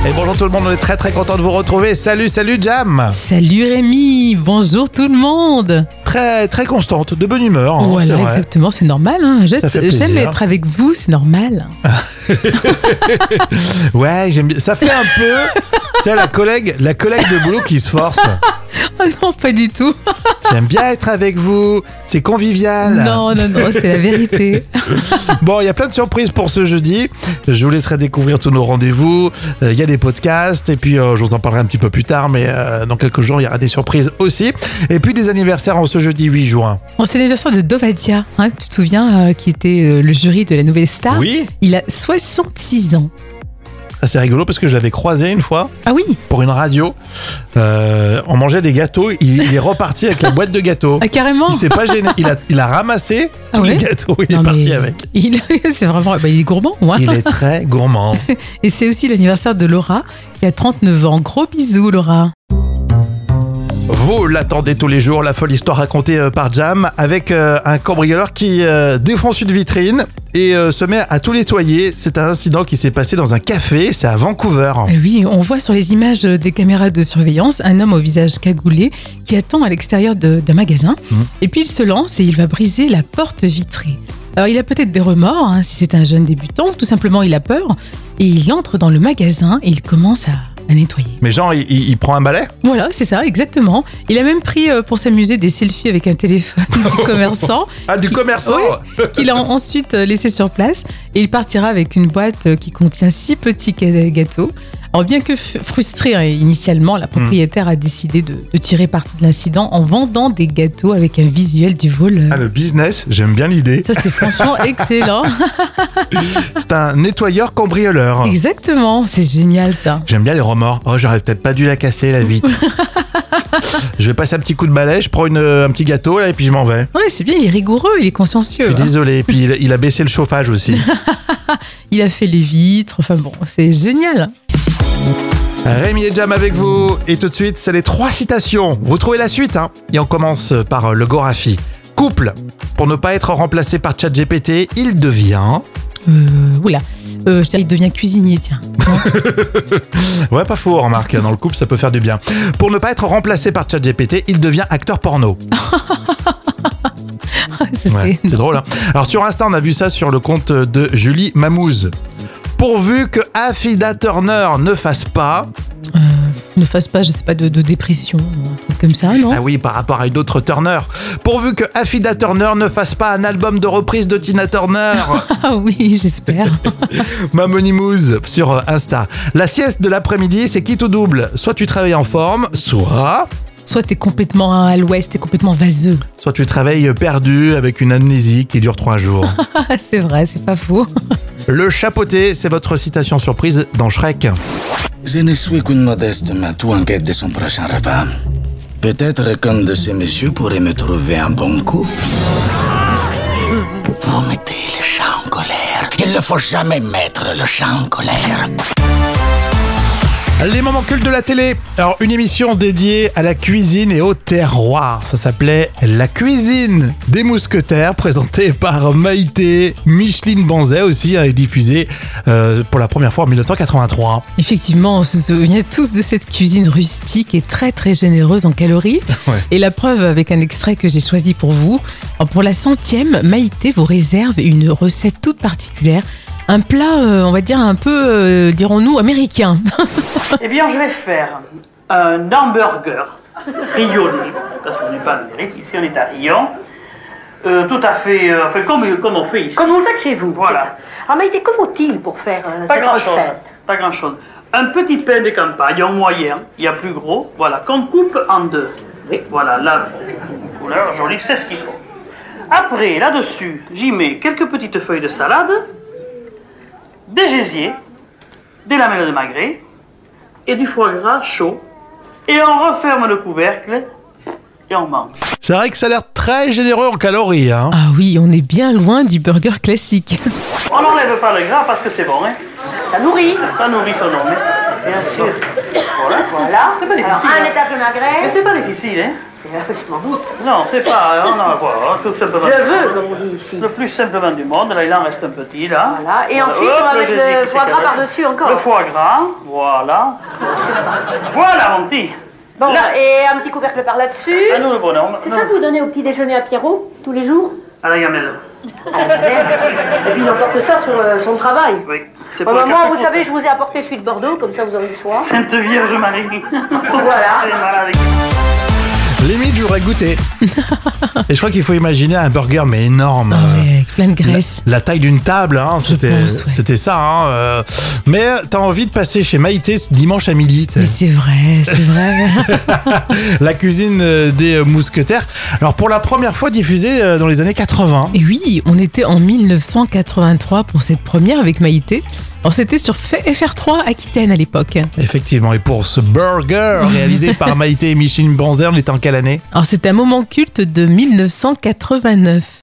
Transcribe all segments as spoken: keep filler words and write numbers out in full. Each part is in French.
Et bonjour tout le monde, on est très très content de vous retrouver. Salut, salut Jam. Salut Rémi, bonjour tout le monde. Très très constante, de bonne humeur. Hein, voilà, exactement, c'est normal. Hein. J'aime être avec vous, c'est normal. Ouais, j'aime bien. Ça fait un peu, tu sais, la collègue, la collègue de boulot qui se force. Oh non, pas du tout. J'aime bien être avec vous, c'est convivial. Non, non, non, c'est la vérité. Bon, il y a plein de surprises pour ce jeudi. Je vous laisserai découvrir tous nos rendez-vous. Il euh, y a des podcasts et puis euh, je vous en parlerai un petit peu plus tard, mais euh, dans quelques jours, il y aura des surprises aussi. Et puis des anniversaires en ce jeudi huit juin. Bon, c'est l'anniversaire de Dovadia, hein, tu te souviens, euh, qui était euh, le jury de la Nouvelle Star. Oui. Il a soixante-six ans. Ah, c'est rigolo parce que je l'avais croisé une fois. Ah oui. Pour une radio. Euh, on mangeait des gâteaux. Il, il est reparti avec la boîte de gâteaux. Ah, carrément. Il s'est pas gêné. Il a, il a ramassé ah tous ouais les gâteaux. Il non, est parti avec. Il, c'est vraiment, bah, il est gourmand. Hein. Il est très gourmand. Et c'est aussi l'anniversaire de Laura qui a trente-neuf ans. Gros bisous Laura. Vous l'attendez tous les jours, la folle histoire racontée par Jam avec euh, un cambrioleur qui euh, défonce une vitrine et euh, se met à tout nettoyer. C'est un incident qui s'est passé dans un café, c'est à Vancouver. Oui, on voit sur les images des caméras de surveillance un homme au visage cagoulé qui attend à l'extérieur de, d'un magasin. Mmh. Et puis il se lance et il va briser la porte vitrée. Alors il a peut-être des remords, hein, si c'est un jeune débutant, ou tout simplement il a peur. Et il entre dans le magasin et il commence à... à nettoyer. Mais genre, il, il, il prend un balai ? Voilà, c'est ça, exactement. Il a même pris, euh, pour s'amuser, des selfies avec un téléphone du commerçant. Ah, du qui, commerçant oui, qu'il a ensuite laissé sur place. Et il partira avec une boîte qui contient six petits gâteaux. Alors, bien que frustré hein, initialement, la propriétaire mmh. a décidé de, de tirer parti de l'incident en vendant des gâteaux avec un visuel du voleur. Ah, le business, j'aime bien l'idée. Ça, c'est franchement excellent. C'est un nettoyeur cambrioleur. Exactement, c'est génial ça. J'aime bien les remords. Oh, j'aurais peut-être pas dû la casser, la vitre. Je vais passer un petit coup de balai, je prends une, un petit gâteau là et puis je m'en vais. Ouais, c'est bien, il est rigoureux, il est consciencieux. Je suis hein. désolé. Et puis il, il a baissé le chauffage aussi. Il a fait les vitres, enfin bon, c'est génial. Rémi et Jam avec vous. Et tout de suite, c'est les trois citations. Vous trouvez la suite, hein ? Et on commence par le Gorafi. Couple. Pour ne pas être remplacé par ChatGPT, il devient... Euh, oula. Euh, je dirais il devient cuisinier, tiens. Ouais, pas faux, remarque. Dans le couple, ça peut faire du bien. Pour ne pas être remplacé par ChatGPT, il devient acteur porno. Ça, ouais, c'est... c'est drôle, hein. Alors, sur Insta, on a vu ça sur le compte de Julie Mamouze. Pourvu que Affida Turner ne fasse pas... Euh, ne fasse pas, je sais pas, de, de dépression, un truc comme ça, non ? Ah oui, par rapport à une autre Turner. Pourvu que Affida Turner ne fasse pas un album de reprise de Tina Turner. Ah oui, j'espère. Mamonimouz sur Insta. La sieste de l'après-midi, c'est qui tout double ? Soit tu travailles en forme, soit... Soit t'es complètement à l'ouest, t'es complètement vaseux. Soit tu travailles perdu avec une amnésie qui dure trois jours. C'est vrai, c'est pas faux. Le chapeauté, c'est votre citation surprise dans Shrek. Je ne suis qu'une modeste matou en quête de son prochain repas. Peut-être qu'un de ces messieurs pourrait me trouver un bon coup. Vous mettez le chat en colère. Il ne faut jamais mettre le chat en colère. Les moments cultes de la télé. Alors, une émission dédiée à la cuisine et au terroir. Ça s'appelait La cuisine des mousquetaires, présentée par Maïté. Micheline Banzet aussi, hein, est diffusée euh, pour la première fois en dix-neuf cent quatre-vingt-trois. Effectivement, on se souvient tous de cette cuisine rustique et très très généreuse en calories. Ouais. Et la preuve avec un extrait que j'ai choisi pour vous. Alors, pour la centième, Maïté vous réserve une recette toute particulière. Un plat, euh, on va dire, un peu, euh, dirons-nous, américain. Eh bien, je vais faire un hamburger rayonné, parce qu'on n'est pas en Amérique, ici on est à Rion. Euh, tout à fait, euh, enfin, comme, comme on fait ici. Comme vous le faites chez vous. Voilà. Ah, Maïté, que faut-il pour faire euh, pas cette grand recette ? chose, Pas grand-chose. Un petit pain de campagne, en moyen, il y a plus gros, voilà, qu'on coupe en deux. Oui. Voilà, là, une couleur jolie, c'est ce qu'il faut. Après, là-dessus, j'y mets quelques petites feuilles de salade, des gésiers, des lamelles de magret et du foie gras chaud. Et on referme le couvercle et on mange. C'est vrai que ça a l'air très généreux en calories, hein. Ah oui, on est bien loin du burger classique. On n'enlève pas le gras parce que c'est bon, hein. Ça nourrit. Ça nourrit son homme, hein. Bien sûr. Voilà. Voilà. C'est pas difficile. Alors, un hein. étage de magret. Mais c'est pas difficile, hein. Je m'en doute. Non, c'est pas, on en a pas, tout simplement. Je veux, comme on dit ici. Le plus simplement du monde, là il en reste un petit là. Voilà, et ensuite Hop, on va mettre gésier le qui foie gras s'écale. par-dessus encore. Le foie gras, voilà. Voilà mon petit. Bon, Là, et un petit couvercle par là-dessus. à nous le bonhomme. C'est ça que vous donnez au petit déjeuner à Pierrot, tous les jours? À la gamelle. À la gamelle. Et puis il emporte ça sur euh, son travail. Oui, c'est Bon, pour bah, le moi, casse-croûte. vous savez, je vous ai apporté celui de Bordeaux, comme ça vous avez le choix. Sainte Vierge Marie. Voilà. C'est malade. Limite, j'aurais goûté. Et je crois qu'il faut imaginer un burger, mais énorme. Ah euh, ouais, avec plein de graisse. La, la taille d'une table, hein, Je c'était, pense, ouais. c'était ça. Hein, euh. Mais t'as envie de passer chez Maïté ce dimanche à midi. t'sais. Mais c'est vrai, c'est vrai. La cuisine euh, des euh, mousquetaires. Alors pour la première fois diffusée euh, dans les années quatre-vingts. Et oui, on était en mille neuf cent quatre-vingt-trois pour cette première avec Maïté. Alors c'était sur F R trois Aquitaine à l'époque. Effectivement. Et pour ce burger réalisé par Maïté et Micheline Banzer, on était en quelle année? Alors c'est un moment culte de mille neuf cent quatre-vingt-neuf.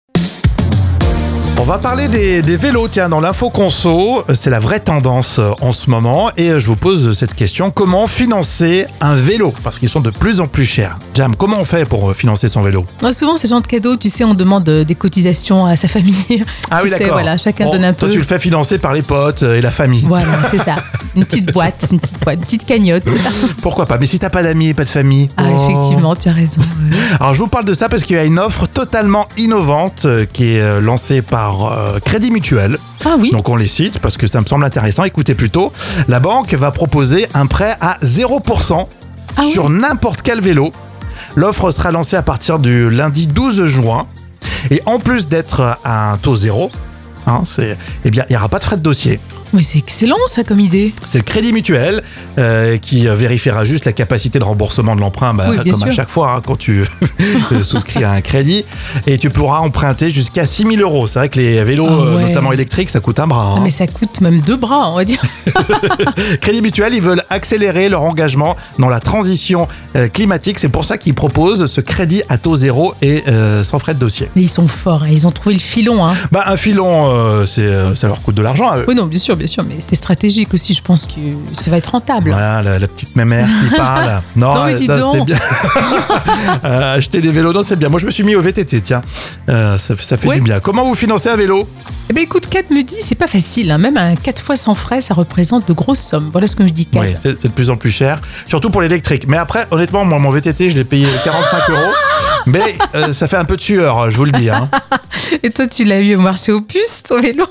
On va parler des, des vélos, tiens, dans l'info conso, c'est la vraie tendance euh, en ce moment et euh, je vous pose cette question, comment financer un vélo? Parce qu'ils sont de plus en plus chers. Jam, comment on fait pour euh, financer son vélo? Alors, souvent ces genre de cadeaux, tu sais, on demande euh, des cotisations à sa famille. Ah Tu oui, sais, d'accord. voilà, chacun Bon, donne un toi, peu. tu le fais financer par les potes euh, et la famille. Voilà, c'est ça. Une petite boîte, une petite boîte, une petite cagnotte. Pourquoi pas? Mais si t'as pas d'amis et pas de famille. Ah, oh. effectivement, tu as raison. ouais. Alors je vous parle de ça parce qu'il y a une offre totalement innovante euh, qui est euh, lancée par euh, Crédit Mutuel. Ah oui. Donc on les cite parce que ça me semble intéressant. Écoutez plutôt, la banque va proposer un prêt à zéro pour cent Ah sur n'importe quel vélo. L'offre sera lancée à partir du lundi douze juin. Et en plus d'être à un taux zéro, hein, c'est, eh bien, il n'y aura pas de frais de dossier. Mais c'est excellent ça comme idée. C'est le Crédit Mutuel euh, qui vérifiera juste la capacité de remboursement de l'emprunt, bah, Oui, bien comme à sûr. chaque fois hein, quand tu souscris à un crédit. Et tu pourras emprunter jusqu'à six mille euros. C'est vrai que les vélos, Ah euh, ouais. notamment électriques, ça coûte un bras. Ah, hein. mais ça coûte même deux bras, on va dire. Crédit Mutuel, ils veulent accélérer leur engagement dans la transition euh, climatique. C'est pour ça qu'ils proposent ce crédit à taux zéro et euh, sans frais de dossier. Mais ils sont forts, hein. Ils ont trouvé le filon. Hein. Bah, un filon, euh, c'est, euh, ça leur coûte de l'argent à eux. Oui, non, bien sûr, bien sûr, mais c'est stratégique aussi. Je pense que ça va être rentable. Voilà, la, la petite mémère qui parle. Non, Non, mais dis ça, donc. c'est bien. Euh, acheter des vélos, non, c'est bien. Moi, je me suis mis au V T T, tiens. Euh, ça, ça fait Ouais. du bien. Comment vous financez un vélo? Eh ben écoute, Kat me dit, c'est pas facile. Hein. Même un quatre fois sans frais, ça représente de grosses sommes. Voilà ce que me dit Kat. Oui, c'est, c'est de plus en plus cher. Surtout pour l'électrique. Mais après, honnêtement, moi, mon V T T, je l'ai payé quarante-cinq euros. Mais euh, ça fait un peu de sueur, je vous le dis. Hein. Et toi, tu l'as eu au marché aux puces, ton vélo?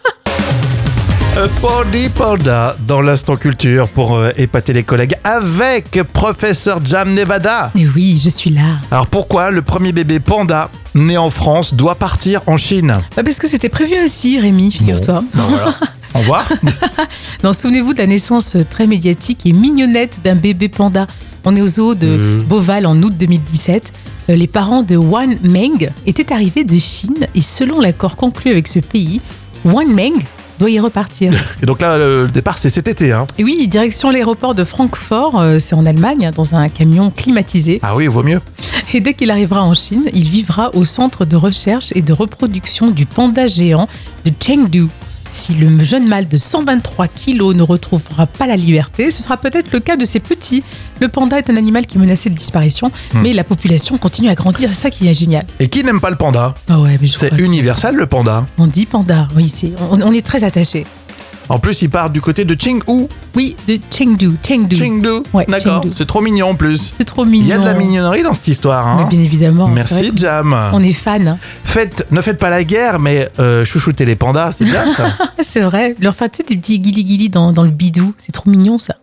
Euh, Pandi Panda dans l'instant culture pour euh, épater les collègues avec professeur Jam Nevada. Et oui, je suis là. Alors pourquoi le premier bébé panda né en France doit partir en Chine? Bah, parce que c'était prévu ainsi, Rémi, figure-toi. Bon, voilà. Au revoir. Non, souvenez-vous de la naissance très médiatique et mignonnette d'un bébé panda. On est au zoo de Mmh. Beauval en août deux mille dix-sept. Euh, Les parents de Wan Meng étaient arrivés de Chine et selon l'accord conclu avec ce pays, Wan Meng doit y repartir. Et donc là, le départ, c'est cet été. Hein. Et oui, direction l'aéroport de Francfort, euh, c'est en Allemagne, dans un camion climatisé. Ah oui, vaut mieux. Et dès qu'il arrivera en Chine, il vivra au centre de recherche et de reproduction du panda géant de Chengdu. Si le jeune mâle de cent vingt-trois kilos ne retrouvera pas la liberté, ce sera peut-être le cas de ses petits. Le panda est un animal qui est menacé de disparition, Hmm. mais la population continue à grandir, c'est ça qui est génial. Et qui n'aime pas le panda? Ah ouais, mais je C'est crois que- universel, le panda. On dit panda, oui, c'est, on, on est très attachés. En plus, il part du côté de Chengdu. Oui, de Chengdu, Chengdu. Chengdu. Ouais, D'accord. Chengdu. C'est trop mignon en plus. C'est trop mignon. Il y a de la mignonnerie dans cette histoire. Hein. Mais bien évidemment. c'est vrai Merci, Jam. qu'on- On est fan. Faites, ne faites pas la guerre, mais euh, chouchoutez les pandas, c'est bien ça. C'est vrai. Leur faire tu sais, des petits guili-guili dans, dans le bidou. C'est trop mignon, ça.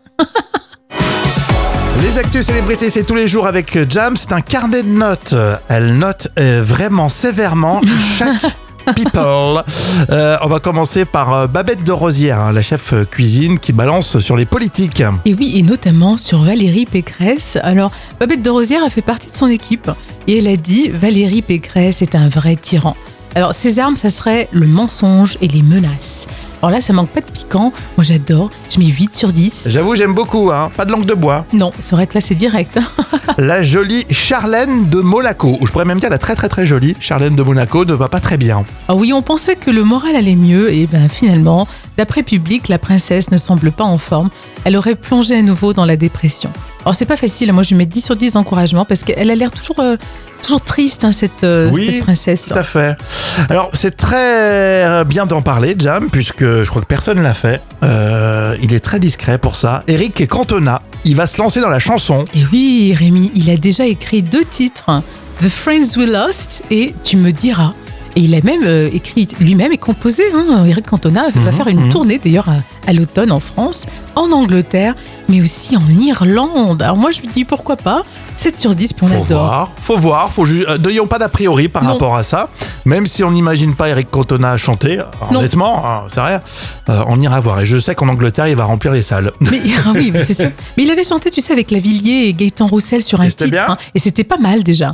Les actus célébrités, c'est tous les jours avec Jam. C'est un carnet de notes. Elle note euh, vraiment sévèrement chaque people. Euh, on va commencer par euh, Babette de Rosière, hein, la chef euh, cuisine qui balance sur les politiques. Et oui, et notamment sur Valérie Pécresse. Alors, Babette de Rosière a fait partie de son équipe et elle a dit « Valérie Pécresse est un vrai tyran ». Alors, ses armes, ça serait le mensonge et les menaces. Alors là, ça manque pas de piquant. Moi, j'adore. Je mets huit sur dix. J'avoue, j'aime beaucoup, hein. Pas de langue de bois. Non, c'est vrai que là, c'est direct. La jolie Charlène de Monaco, ou je pourrais même dire la très très très jolie Charlène de Monaco, ne va pas très bien. Ah oui, on pensait que le moral allait mieux. Et ben finalement, d'après Public, la princesse ne semble pas en forme. Elle aurait plongé à nouveau dans la dépression. Alors, c'est pas facile. Moi, je lui mets dix sur dix d'encouragement parce qu'elle a l'air toujours... euh, Toujours triste, hein, cette, euh, Oui, cette princesse. Tout à fait. Alors, c'est très bien d'en parler, Jam, puisque je crois que personne ne l'a fait. Euh, il est très discret pour ça. Eric Cantona, il va se lancer dans la chanson. Et oui, Rémi, il a déjà écrit deux titres, The Friends We Lost et Tu me diras. Et il a même euh, écrit lui-même et composé. Hein, Eric Cantona va Mmh, faire une mmh. tournée d'ailleurs à, à l'automne en France, en Angleterre, mais aussi en Irlande. Alors moi je me dis pourquoi pas, sept sur dix, puis on Faut adore. voir, faut voir, faut ju- euh, n'ayons pas d'a priori par Non. rapport à ça. Même si on n'imagine pas Eric Cantona chanter, Non. honnêtement, hein, c'est rien. Euh, on ira voir. Et je sais qu'en Angleterre, il va remplir les salles. Mais ah oui, mais c'est sûr. Mais il avait chanté, tu sais, avec Lavilliers et Gaëtan Roussel sur un Et c'était titre, bien hein, et c'était pas mal déjà.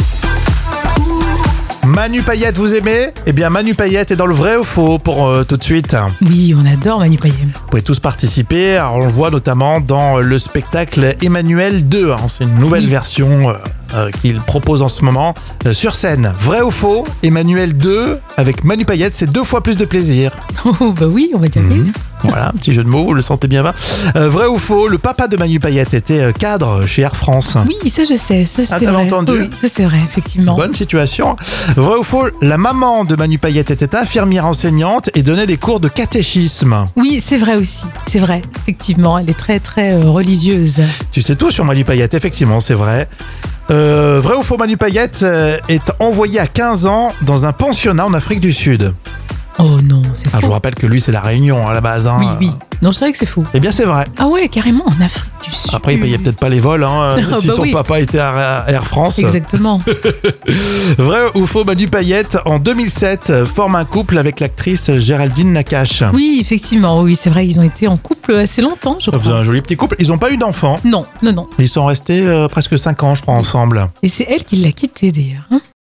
Manu Payette, vous aimez ? Eh bien, Manu Payette est dans le vrai ou faux pour euh, tout de suite. Oui, on adore Manu Payet. Vous pouvez tous participer. Alors, on le voit notamment dans le spectacle Emmanuel deux. hein. C'est une nouvelle Oui. version euh, euh, qu'il propose en ce moment euh, sur scène. Vrai ou faux ? Emmanuel deux avec Manu Payette, c'est deux fois plus de plaisir. Oh bah oui, on va dire oui. Voilà, un petit jeu de mots, vous le sentez bien bas. Euh, vrai ou faux ? Le papa de Manu Payette était euh, cadre chez Air France. Oui, ça je sais, ça Ah, c'est t'avais vrai. entendu Oui, ça c'est vrai, effectivement. Bonne situation. Vrai ou faux ? La maman de Manu Payette était infirmière enseignante et donnait des cours de catéchisme. Oui, c'est vrai aussi, c'est vrai. Effectivement, elle est très très euh, religieuse. Tu sais tout sur Manu Payette, effectivement, c'est vrai. Euh, vrai ou faux, Manu Payette euh, est envoyé à quinze ans dans un pensionnat en Afrique du Sud. Oh non, c'est Ah, je faux. vous rappelle que lui, c'est la Réunion à la base. Hein. Oui, oui. Non, je dirais que c'est faux. Eh bien, c'est vrai. Ah ouais, carrément, en Afrique du Sud. Après, il payait peut-être pas les vols, hein, Ah, si bah son oui. papa était à Air France. Exactement. Vrai ou faux, Manu Payette, en deux mille sept, forme un couple avec l'actrice Géraldine Nakache. Oui, effectivement, oui, c'est vrai, ils ont été en couple assez longtemps, je Ça faisait crois. un joli petit couple. Ils n'ont pas eu d'enfants. Non, non, non. Ils sont restés euh, presque cinq ans, je crois, ensemble. Et c'est elle qui l'a quitté d'ailleurs. hein.